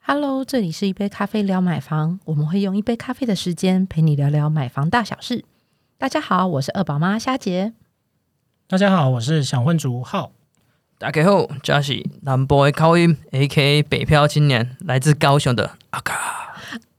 Hello， 这里是一杯咖啡聊买房，我们会用一杯咖啡的时间陪你聊聊买房大小事。大家好，我是二宝妈虾姐。 大家好，我是小混族浩。 大家好，这是南部的口音 ，A.K.A 北漂青年，来自高雄的阿卡。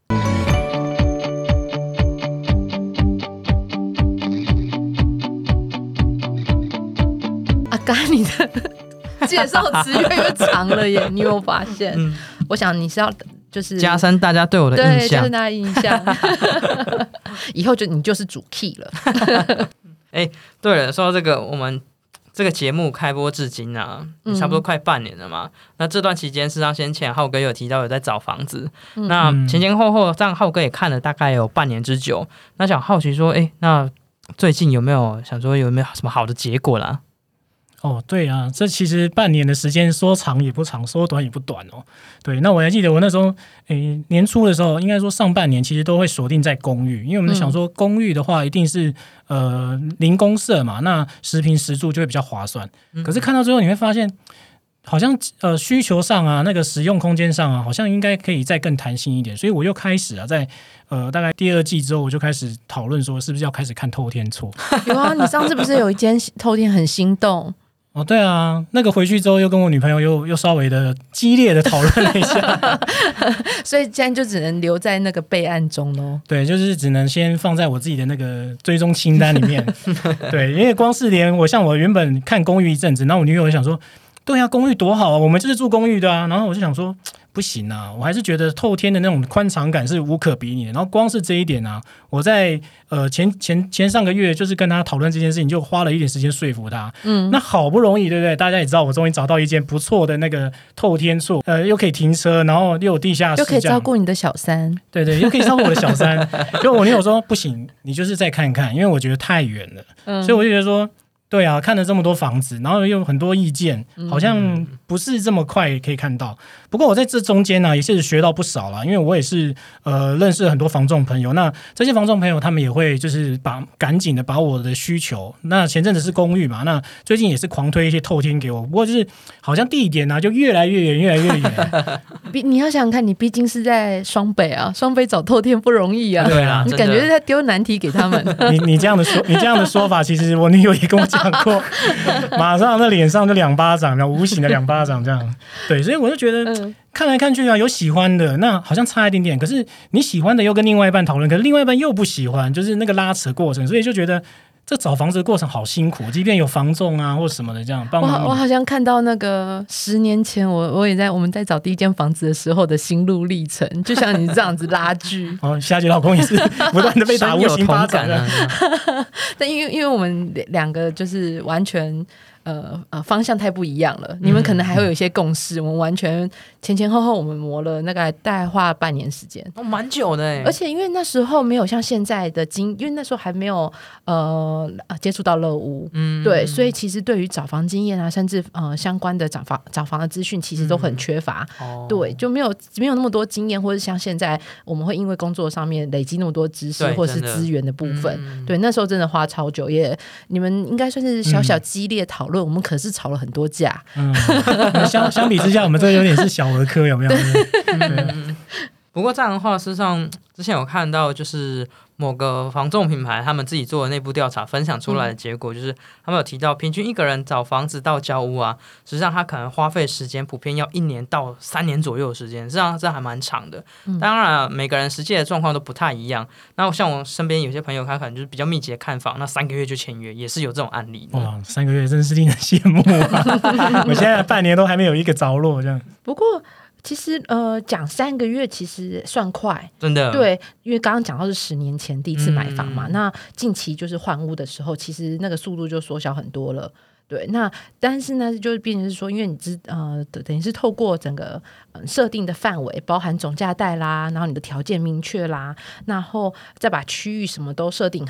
阿嘎，你的介绍词越来越长了耶，你有没有发现？我想你是要就是加深大家对我的印象， 对，就是大家印象。以后你就是主 key 了。 对了，说到这个，我们这个节目开播至今啊，差不多快半年了嘛。那这段期间，事实上先前浩哥有提到有在找房子，那前前后后，这样浩哥也看了大概有半年之久。那想好奇说，那最近有没有想说有没有什么好的结果啦？ 哦，对啊，这其实半年的时间说长也不长，说短也不短哦。对，那我还记得我那时候，年初的时候，应该说上半年其实都会锁定在公寓，因为我们想说公寓的话一定是零公设嘛，那实坪实住就会比较划算。可是看到最后你会发现，好像需求上啊，那个使用空间上啊，好像应该可以再更弹性一点，所以我又开始在大概第二季之后，我就开始讨论说是不是要开始看透天厝。 有啊，你上次不是有一间透天很心动？ 哦，对啊，那个回去之后又跟我女朋友又稍微的激烈的讨论了一下， 所以现在就只能留在那个备案中咯。 对，就是只能先放在我自己的那个追踪清单里面。对，因为光是连我原本看公寓一阵子，然后我女友想说，对啊，公寓多好啊，我们就是住公寓的啊，然后我就想说不行啊，我还是觉得透天的那种宽敞感是无可比拟的。然后光是这一点啊，我在前上个月就是跟他讨论这件事情，就花了一点时间说服他。那好不容易，对不对？大家也知道，我终于找到一间不错的那个透天厝，又可以停车，然后又有地下室， 又可以照顾你的小三， 对，又可以照顾我的小三。就我女友说不行，你就是再看看，因为我觉得太远了，所以我就觉得说。对啊，看了这么多房子，然后又很多意见，好像不是这么快可以看到。不过我在这中间呢，也是学到不少啦，因为我也是认识很多房仲朋友。那这些房仲朋友他们也会就是赶紧的把我的需求，那前阵子是公寓嘛，那最近也是狂推一些透天给我。不过就是好像地点啊就越来越远，越来越远。 你要想想看，你毕竟是在双北啊，双北找透天不容易啊。 对啊， 你感觉是在丢难题给他们。 你这样的说法，其实我女友也跟我讲过，马上在脸上就2巴掌，无形的2巴掌这样。对，所以我就觉得看来看去啊，有喜欢的，那好像差一点点。可是你喜欢的又跟另外一半讨论，可是另外一半又不喜欢，就是那个拉扯过程，所以就觉得。这找房子的过程好辛苦，即便有房仲啊或什么的这样帮忙。 我好像看到那个10年前我们在找第一间房子的时候的心路历程，就像你这样子拉锯。 哦，夏姐老公也是不断的被打无形巴掌啊。 但因为我们两个就是完全。方向太不一样了，你们可能还会有一些共识，我们完全前后我们磨了大概花了半年时间， 蛮久的耶。 而且因为那时候没有像现在的因为那时候还没有接触到乐屋，对，所以其实对于找房经验啊，甚至相关的找房的资讯，其实都很缺乏，对，就没有那么多经验，或者像现在我们会因为工作上面累积那么多知识或是资源的部分，对，那时候真的花超久，也你们应该算是小小激烈讨论。我们可是吵了很多架， 相比之下，我们这有点是小儿科，有没有？ 不过这样的话，事实上之前有看到，就是某个房仲品牌他们自己做的内部调查分享出来的结果，就是他们有提到，平均一个人找房子到交屋啊，实际上他可能花费时间普遍要1年到3年左右的时间，实际上这还蛮长的。当然，每个人实际的状况都不太一样。那像我身边有些朋友，他可能就是比较密集的看房，那3个月就签约，也是有这种案例的。 哇，3个月真是令人羡慕啊！我现在半年都还没有一个着落这样。 不过。其实讲3个月其实算快， 真的。 对，因为刚刚讲到是10年前第一次买房嘛，那近期就是换屋的时候，其实那个速度就缩小很多了。对，那但是呢，就变成是说，因为你等于是透过整个设定的范围，包含总价带啦，然后你的条件明确啦，然后再把区域什么都设定好。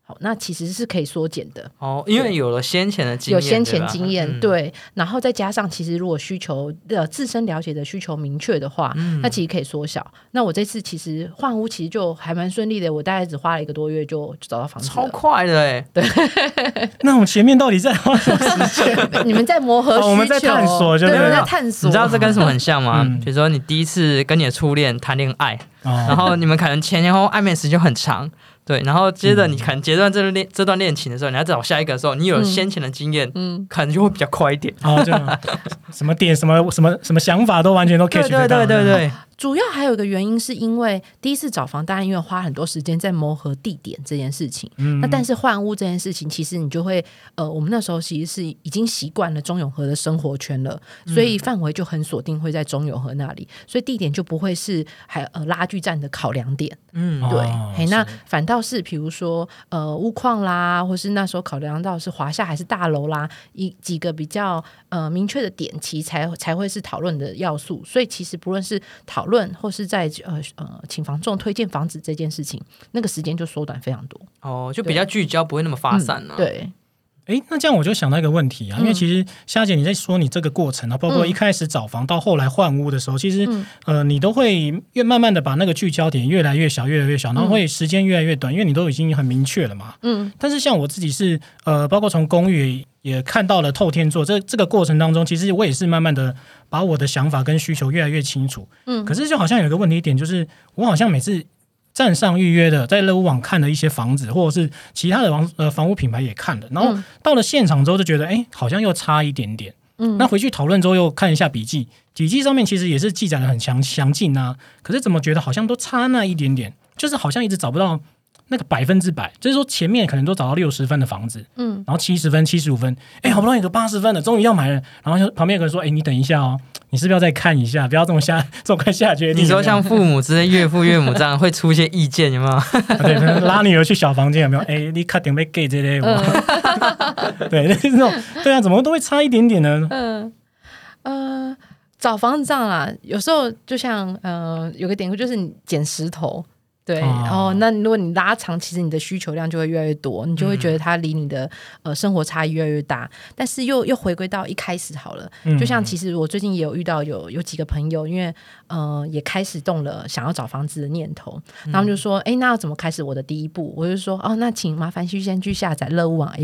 好，那其实是可以缩减的哦，因为有了先前的经验， 有先前经验， 对吧， 对，然后再加上其实如果需求自身了解的需求明确的话，那其实可以缩小。那我这次其实换屋其实就还蛮顺利的，我大概只花了1个多月就找到房子了， 超快的哎。 对， 那我们前面到底在花什么时间？ 你们在磨合需求， 我们在探索， 对， 对， 我们在探索。 你知道这跟什么很像吗？比如说你第一次跟你的初恋谈恋爱，然后你们可能前后暧昧时间很长。对，然后接着你可能截断这段恋情的时候，你要找下一个的时候，你有先前的经验，可能就会比较快一点。 哦，就什么点、什么想法都完全都 catch 得到。 对。 主要还有一个原因是因为第一次找房，当然因为花很多时间在磨合地点这件事情。那但是换屋这件事情，其实你就会我们那时候其实是已经习惯了中永和的生活圈了，所以范围就很锁定会在中永和那里，所以地点就不会是拉锯战的考量点。对，那反倒是比如说屋况啦，或是那时候考量到是华夏还是大楼啦，几个比较明确的点，其实才会是讨论的要素。所以其实不论是讨论或是在请房仲推荐房子这件事情，那个时间就缩短非常多。 哦，就比较聚焦，不会那么发散了。 对。 那这样我就想到一个问题啊，因为其实夏姐你在说你这个过程啊，包括一开始找房到后来换屋的时候，其实你都会慢慢的把那个聚焦点越来越小，越来越小，然后会时间越来越短，因为你都已经很明确了嘛。但是像我自己是包括从公寓也看到了透天厝，这个过程当中，其实我也是慢慢的把我的想法跟需求越来越清楚。可是就好像有一个问题点，就是我好像每次站上预约的，在乐屋网看的一些房子，或者是其他的房屋品牌也看了，然后到了现场之后就觉得，好像又差一点点。那回去讨论之后又看一下笔记上面其实也是记载的很详尽啊，可是怎么觉得好像都差那一点点，就是好像一直找不到那个100%，就是说前面可能都找到60分的房子，然后70分、75分，好不容易有个80分的，终于要买了，然后旁边有个人说，你等一下哦，你是不是要再看一下，不要这么快下决定。 你说像父母之类、岳父岳母这样会出一些意见，有没有？ 对，拉女儿去小房间有没有？你卡点被 gay 这类，对，那种对啊，怎么都会差一点点呢？ 找房子这样啦，有时候就像有个典故就是你捡石头。对，那如果你拉长，其实你的需求量就会越来越多，你就会觉得它离你的生活差异越来越大。但是又回归到一开始好了，就像其实我最近也有遇到有几个朋友，因为也开始动了想要找房子的念头，他们就说，那要怎么开始我的第一步？我就说，那请麻烦先去下载乐屋网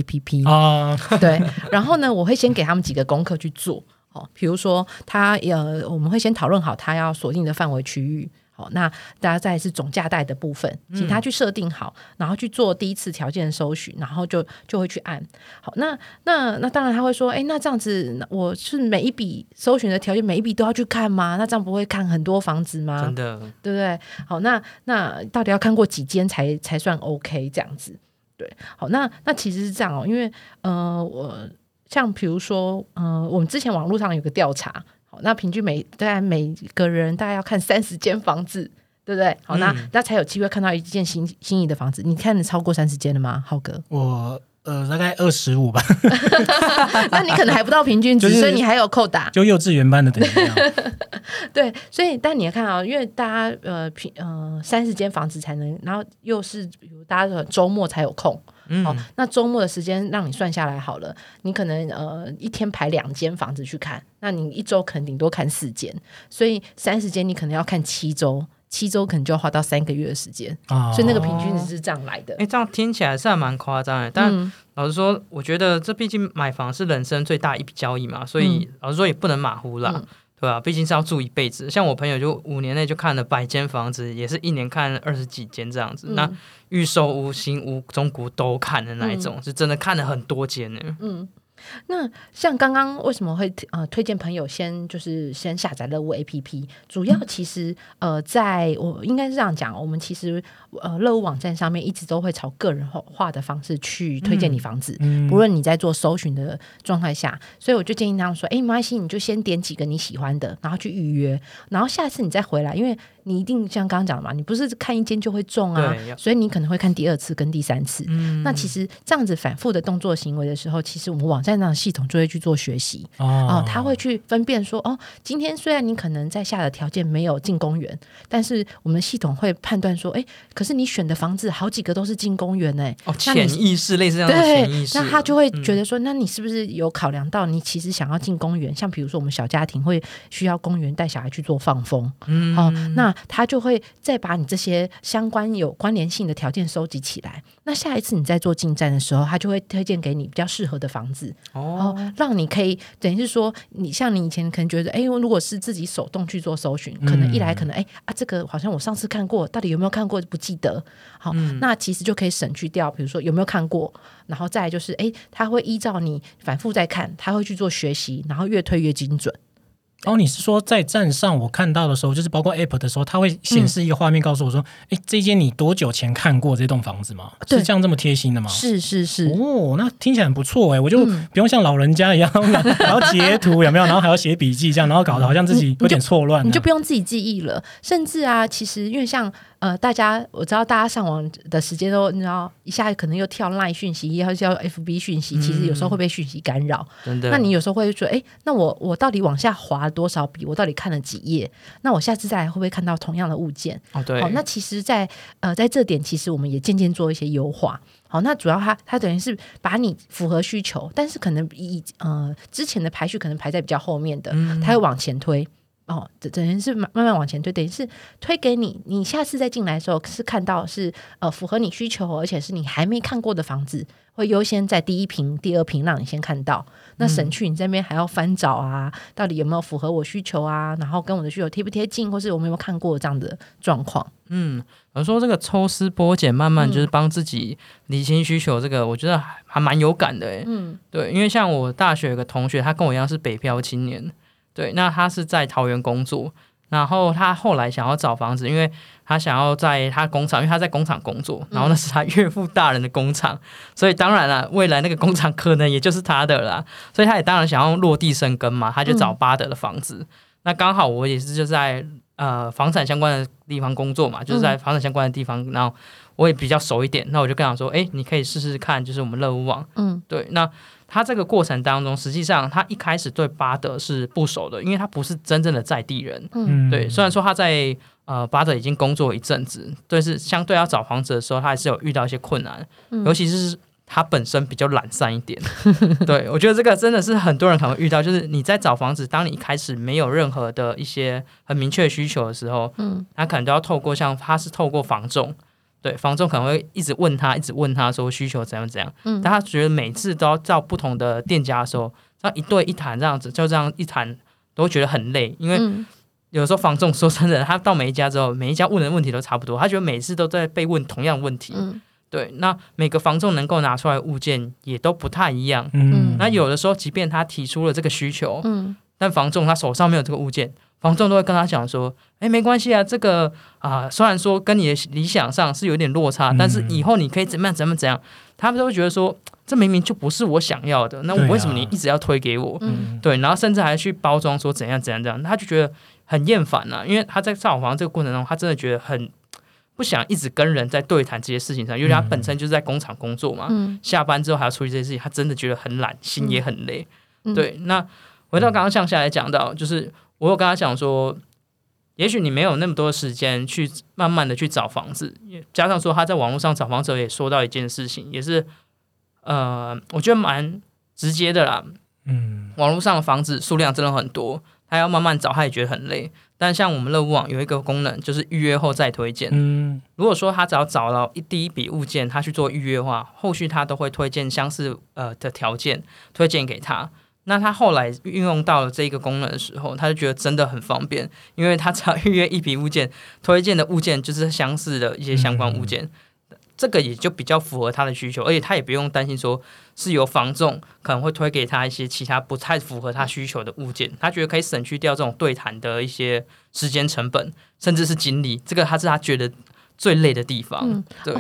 APP。对，然后呢，我会先给他们几个功课去做。比如说我们会先讨论好他要锁定的范围区域。好，那大家再来是总价带的部分，请他去设定好，然后去做第一次条件搜寻，然后就会去按。好，那当然他会说，那这样子我是每一笔搜寻的条件每一笔都要去看吗？那这样不会看很多房子吗？ 真的， 对不对？好，那到底要看过几间才算 OK 这样子？对，好，那其实是这样因为我像比如说我们之前网络上有个调查。那平均大概每个人大概要看30间房子，对不对？好，那才有机会看到一件心仪的房子。你看你超过30间了吗，浩哥？ 我大概25吧。 那你可能还不到平均值，所以你还有扣打， 就幼稚园班的等级。 对，所以但你要看因为大家30间房子才能，然后又是比如大家周末才有空。那周末的时间让你算下来好了，你可能一天排2间房子去看，那你一周可能顶多看4间，所以30间你可能要看7周，7周可能就要花到3个月的时间，所以那个平均值是这样来的。 这样听起来是还蛮夸张的，但老实说，我觉得这毕竟买房是人生最大一笔交易嘛，所以老实说也不能马虎啦。对吧？毕竟是要住一辈子。像我朋友就5年内就看了100间房子，也是1年看20几间这样子。那预售屋、新屋、中古都看的那一种，是真的看了很多间呢。 那像刚刚为什么会推荐朋友先下载乐屋 APP， 主要其实在我应该是这样讲，我们其实乐屋网站上面一直都会朝个人化的方式去推荐你房子，不论你在做搜寻的状态下，所以我就建议他们说，没关系，你就先点几个你喜欢的，然后去预约，然后下次你再回来，因为你一定像刚刚讲的嘛，你不是看一间就会中啊，所以你可能会看第2次跟第3次。那其实这样子反复的动作行为的时候，其实我们网站站长系统就会去做学习他会去分辨说今天虽然你可能在下的条件没有进公园，但是我们系统会判断说可是你选的房子好几个都是进公园潜意识类似这样的潜意识， 那他就会觉得说那你是不是有考量到你其实想要进公园，像比如说我们小家庭会需要公园带小孩去做放风那他就会再把你这些相关有关联性的条件收集起来，那下一次你在做进站的时候他就会推荐给你比较适合的房子让你可以等于是说像你以前可能觉得如果是自己手动去做搜寻可能一来可能这个好像我上次看过，到底有没有看过不记得那其实就可以省去掉比如说有没有看过，然后再来就是他会依照你反复再看，他会去做学习，然后越推越精准。 你是说在站上我看到的时候，就是包括 App 的时候，它会显示一个画面告诉我说这间你多久前看过这栋房子吗？是这样这么贴心的吗？ 是那听起来很不错我就不用像老人家一样然后截图有没有，然后还要写笔记这样，然后搞得好像自己有点错乱， 你就不用自己记忆了。甚至其实因为像我知道大家上网的时间都你知道一下可能又跳 LINE 讯息，又跳 FB 讯息其实有时候会被讯息干扰真的。 那你有时候会说那我到底往下滑多少笔，我到底看了几页，那我下次再来会不会看到同样的物件对那其实在这点其实我们也渐渐做一些优化那主要它等于是把你符合需求，但是可能之前的排序可能排在比较后面的它会往前推等于是慢慢往前推，等于是推给你，你下次再进来的时候是看到是符合你需求，而且是你还没看过的房子，会优先在第一屏第二屏让你先看到，那省去你这边还要翻找到底有没有符合我需求然后跟我的需求贴不贴近，或是我们有没有看过这样的状况。 我说这个抽丝剥茧慢慢就是帮自己理清需求，这个我觉得还蛮有感的对，因为像我大学有个同学，他跟我一样是北漂青年，对，那他是在桃园工作，然后他后来想要找房子，因为他想要在他工厂，因为他在工厂工作，然后那是他岳父大人的工厂，所以当然了，未来那个工厂可能也就是他的啦，所以他也当然想要落地生根嘛，他就找巴德的房子。那刚好我也是就在房产相关的地方工作嘛，就是在房产相关的地方，然后我也比较熟一点，那我就跟他说你可以试试看就是我们乐屋网对，那他这个过程当中实际上他一开始对巴德是不熟的，因为他不是真正的在地人对，虽然说他在巴德已经工作一阵子，但是相对要找房子的时候他还是有遇到一些困难尤其是他本身比较懒散一点对，我觉得这个真的是很多人可能会遇到，就是你在找房子，当你一开始没有任何的一些很明确的需求的时候他可能都要透过像他是透过房仲，对，房仲可能会一直问他说需求怎样怎样但他觉得每次都要到不同的店家的时候，这样一对一谈这样子，就这样一谈都会觉得很累，因为有时候房仲说真的，他到每一家之后，每一家问的问题都差不多，他觉得每次都在被问同样的问题对，那每个房仲能够拿出来的物件也都不太一样那有的时候即便他提出了这个需求但房仲他手上没有这个物件，房仲都会跟他讲说没关系这个虽然说跟你的理想上是有点落差但是以后你可以怎么样他们都会觉得说这明明就不是我想要的，那我为什么你一直要推给我对，然后甚至还去包装说怎样，他就觉得很厌烦因为他在找房这个过程中他真的觉得很不想一直跟人在对谈这些事情上，因为他本身就是在工厂工作嘛下班之后还要处理这些事情，他真的觉得很懒，心也很累对，那回到刚刚向下来讲到，就是我有跟他讲说也许你没有那么多时间去慢慢的去找房子，加上说他在网络上找房子也说到一件事情，也是我觉得蛮直接的啦网络上的房子数量真的很多，他要慢慢找他也觉得很累，但像我们乐屋网有一个功能就是预约后再推荐如果说他只要找到第一笔物件他去做预约的话，后续他都会推荐相似的条件推荐给他，那他后来运用到了这个功能的时候，他就觉得真的很方便，因为他只要预约一笔物件，推荐的物件就是相似的一些相关物件这个也就比较符合他的需求，而且他也不用担心说是由房仲可能会推给他一些其他不太符合他需求的物件，他觉得可以省去掉这种对谈的一些时间成本甚至是精力，这个是他觉得最累的地方对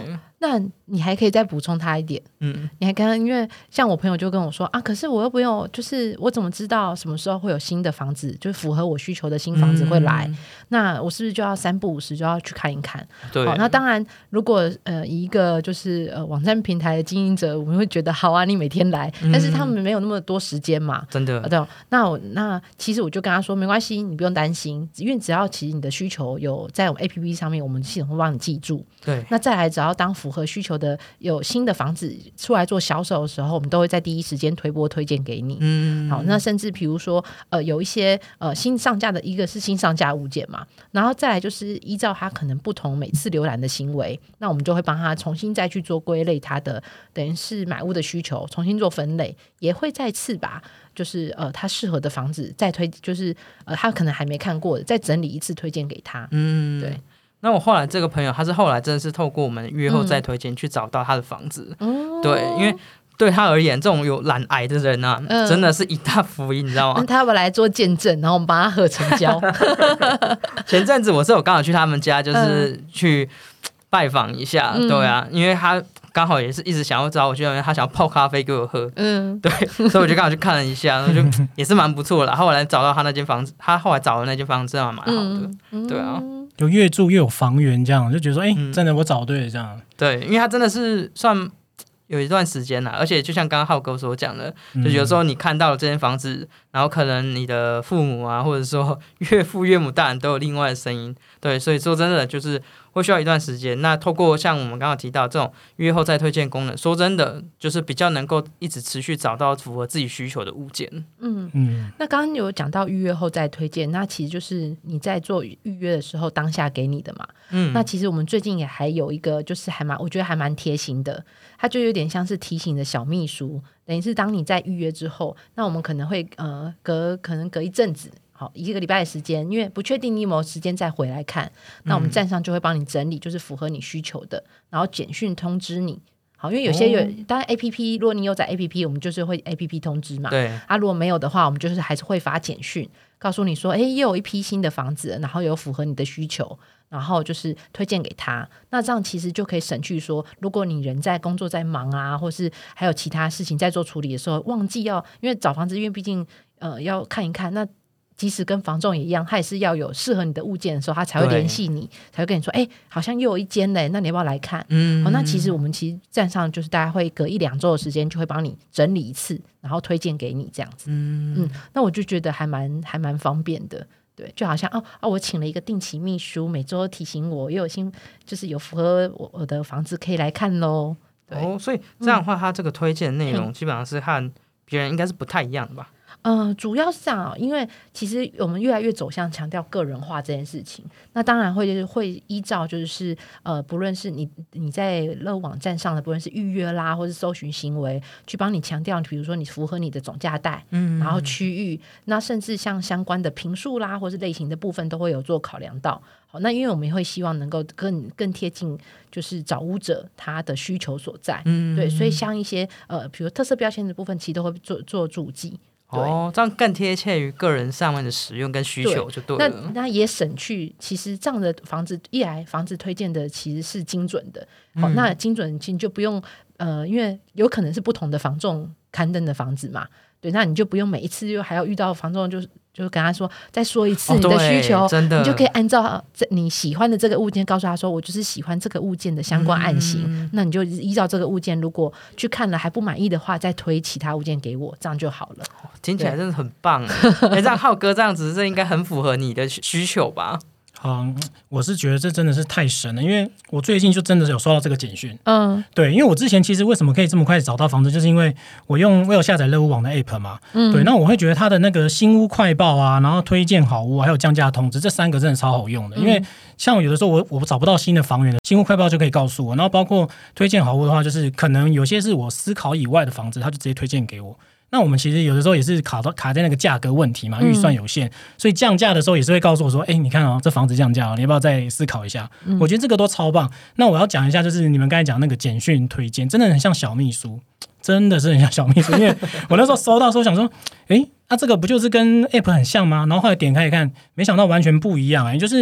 那你还可以再补充他一点，你还跟他，因为像我朋友就跟我说啊，可是我又不用，就是我怎么知道什么时候会有新的房子，就是符合我需求的新房子会来，那我是不是就要3不5时就要去看一看？ 对， 那当然，如果以一个就是网站平台的经营者，我们会觉得好啊，你每天来，但是他们没有那么多时间嘛， 真的。 对，那其实我就跟他说，没关系，你不用担心，因为只要其实你的需求有在我们 APP 上面，我们系统会帮你记住。 对， 那再来，只要当符合需求的有新的房子出来做销售的时候，我们都会在第一时间推播推荐给你。好，那甚至比如说有一些新上架的，一个是新上架物件嘛，然后再来就是依照他可能不同每次浏览的行为，那我们就会帮他重新再去做归类，他的等于是买屋的需求重新做分类，也会再次把就是他适合的房子再推，就是他可能还没看过的再整理一次推荐给他。对。 那我后来这个朋友，他是后来真的是透过我们约后再推荐去找到他的房子，对，因为对他而言，这种有懒癌的人啊，真的是一大福音，你知道吗？ 那他要不要来做见证，然后我们帮他合成交？ 前阵子我是有刚好去他们家，就是去拜访一下，对啊，因为他刚好也是一直想要找我去那边，他想要泡咖啡给我喝，对，所以我就刚好去看了一下，然后就也是蛮不错的。后来找到他那间房子，他后来找的那间房子还蛮好的，对啊。 有越住越有房源，这样就觉得说，真的我找对了这样。 对，因为他真的是算有一段时间啦，而且就像刚刚浩哥所讲的，就有时候你看到了这间房子，然后可能你的父母啊，或者说岳父岳母大人都有另外的声音，对，所以说真的就是会需要一段时间。那透过像我们刚刚提到这种预约后再推荐功能，说真的就是比较能够一直持续找到符合自己需求的物件。 那刚刚有讲到预约后再推荐，那其实就是你在做预约的时候当下给你的嘛。那其实我们最近也还有一个就是我觉得还蛮贴心的，它就有点像是提醒的小秘书，等于是当你在预约之后，那我们可能会可能隔一阵子，好1个礼拜的时间，因为不确定你有没有时间再回来看，那我们站上就会帮你整理，就是符合你需求的，然后简讯通知你。好，因为有些当然 APP 如果你有在 APP， 我们就是会 APP 通知嘛。 对如果没有的话，我们就是还是会发简讯告诉你说，又有一批新的房子，然后有符合你的需求，然后就是推荐给他。那这样其实就可以省去说，如果你人在工作在忙啊，或是还有其他事情在做处理的时候，忘记因为找房子，因为毕竟要看一看，那即使跟房仲也一样，他也是要有适合你的物件的时候，他才会联系你，才会跟你说，好像又有一间嘞，那你要不要来看？那其实我们其实站上就是大概会隔1-2周的时间，就会帮你整理一次，然后推荐给你这样子。那我就觉得还蛮方便的。对，就好像我请了一个定期秘书，每周提醒我又有就是有符合我的房子可以来看咯。对， 所以这样的话，他这个推荐内容基本上是和别人应该是不太一样的吧？ 主要是这样因为其实我们越来越走向强调个人化这件事情，那当然会依照就是不论是你在乐网站上的，不论是预约啦，或是搜寻行为，去帮你强调，比如说你符合你的总价带，然后区域，那甚至像相关的坪数啦，或是类型的部分都会有做考量到。好，那因为我们会希望能够更贴近就是找屋者他的需求所在，对，所以像一些比如特色标签的部分，其实都会做注记。 这样更贴切于个人上面的使用跟需求就对了。 那也省去，其实这样的房子一来，房子推荐的其实是精准的。好，那精准其实就不用因为有可能是不同的房仲刊登的房子嘛，对，那你就不用每一次又还要遇到房仲就跟他说再说一次你的需求， 真的你就可以按照你喜欢的这个物件告诉他说，我就是喜欢这个物件的相关案型，那你就依照这个物件，如果去看了还不满意的话，再推其他物件给我，这样就好了。 听起来真的很棒这样浩哥这样子，这应该很符合你的需求吧？ 我是觉得这真的是太神了，因为我最近就真的有收到这个简讯。对，因为我之前其实为什么可以这么快找到房子，就是因为我有下载乐屋网的 app 嘛。对，那我会觉得它的那个新屋快报啊，然后推荐好屋，还有降价通知，这3个真的超好用的。因为像有的时候我找不到新的房源的，新屋快报就可以告诉我，然后包括推荐好屋的话，就是可能有些是我思考以外的房子，他就直接推荐给我。那我们其实有的时候也是卡在那个价格问题嘛，预算有限，所以降价的时候也是会告诉我说，你看这房子降价你要不要再思考一下？我觉得这个都超棒。那我要讲一下，就是你们刚才讲那个简讯推荐，真的很像小秘书，真的是很像小秘书。因为我那时候收到的时候想说，这个不就是跟 app 很像吗？然后后来点开一看，没想到完全不一样就是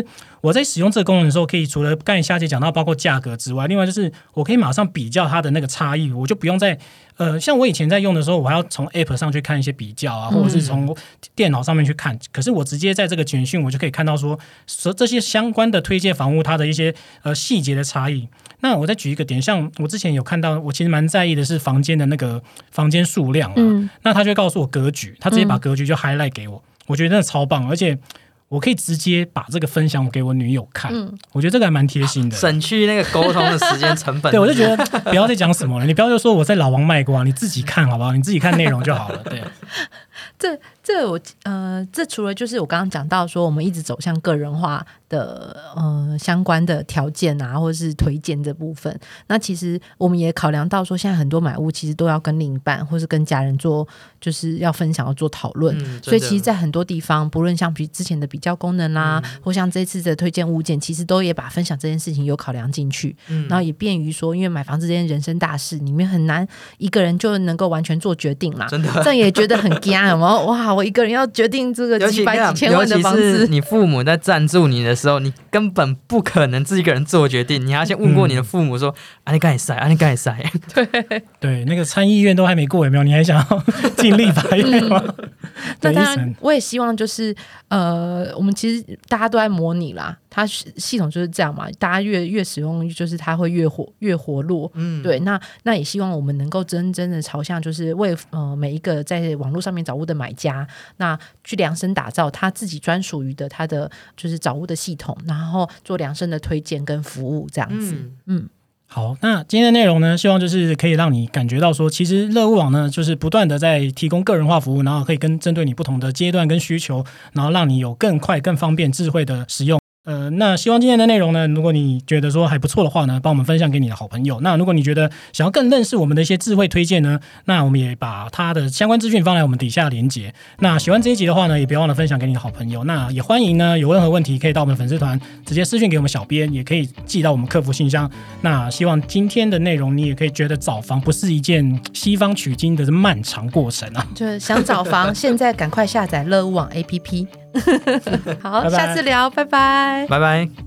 我在使用这个功能的时候，可以除了刚才夏姐讲到包括价格之外，另外就是我可以马上比较它的那个差异，我就不用再像我以前在用的时候，我还要从 App 上去看一些比较啊，或者是从电脑上面去看。可是我直接在这个简讯，我就可以看到说这些相关的推荐房屋它的一些细节的差异。那我再举一个点，像我之前有看到，我其实蛮在意的是房间的那个房间数量啊，那他就会告诉我格局，他直接把格局就 highlight 给我，我觉得真的超棒，而且我可以直接把这个分享给我女友看，我觉得这个还蛮贴心的， 省去那个沟通的时间成本。 对，我就觉得不要再讲什么了，你不要就说我在老王卖瓜，你自己看好不好？你自己看内容就好了。对， 这除了就是我刚刚讲到说，我们一直走向个人化的相关的条件啊，或者是推荐这部分，那其实我们也考量到说，现在很多买屋其实都要跟另一半或是跟家人做，就是要分享要做讨论，所以其实，在很多地方，不论像之前的比较功能啦，或像这次的推荐物件，其实都也把分享这件事情有考量进去，然后也便于说，因为买房子这件人生大事，里面很难一个人就能够完全做决定啦， 真的， 这也觉得很惊，有没有？哇，我一个人要决定这个几百几千万的房子， 尤其是你父母在赞助你的时候，你根本不可能自己一个人做决定，你还要先问过你的父母说，你该塞，你该塞。 对，那个参议院都还没过，有没有？你还想要进立法院吗？ 那当然，我也希望就是我们其实大家都在模拟啦，它系统就是这样嘛，大家越使用，就是它会越活络。对，那也希望我们能够真的朝向，就是为每一个在网络上面找屋的买家，那去量身打造他自己专属于的他的就是找屋的系统，然后做量身的推荐跟服务这样子。 好，那今天的内容呢，希望就是可以让你感觉到说，其实乐屋网呢，就是不断的在提供个人化服务，然后可以针对你不同的阶段跟需求，然后让你有更快、更方便、智慧的使用。那希望今天的内容呢，如果你觉得说还不错的话呢，帮我们分享给你的好朋友。那如果你觉得想要更认识我们的一些智慧推荐呢，那我们也把它的相关资讯放在我们底下连结。那喜欢这一集的话呢，也别忘了分享给你的好朋友。那也欢迎呢，有任何问题可以到我们粉丝团直接私讯给我们小编，也可以寄到我们客服信箱。那希望今天的内容你也可以觉得找房不是一件西方取经的漫长过程啊， 就是想找房，现在赶快下载乐屋网 APP。好，拜拜，下次聊，拜拜， 拜拜。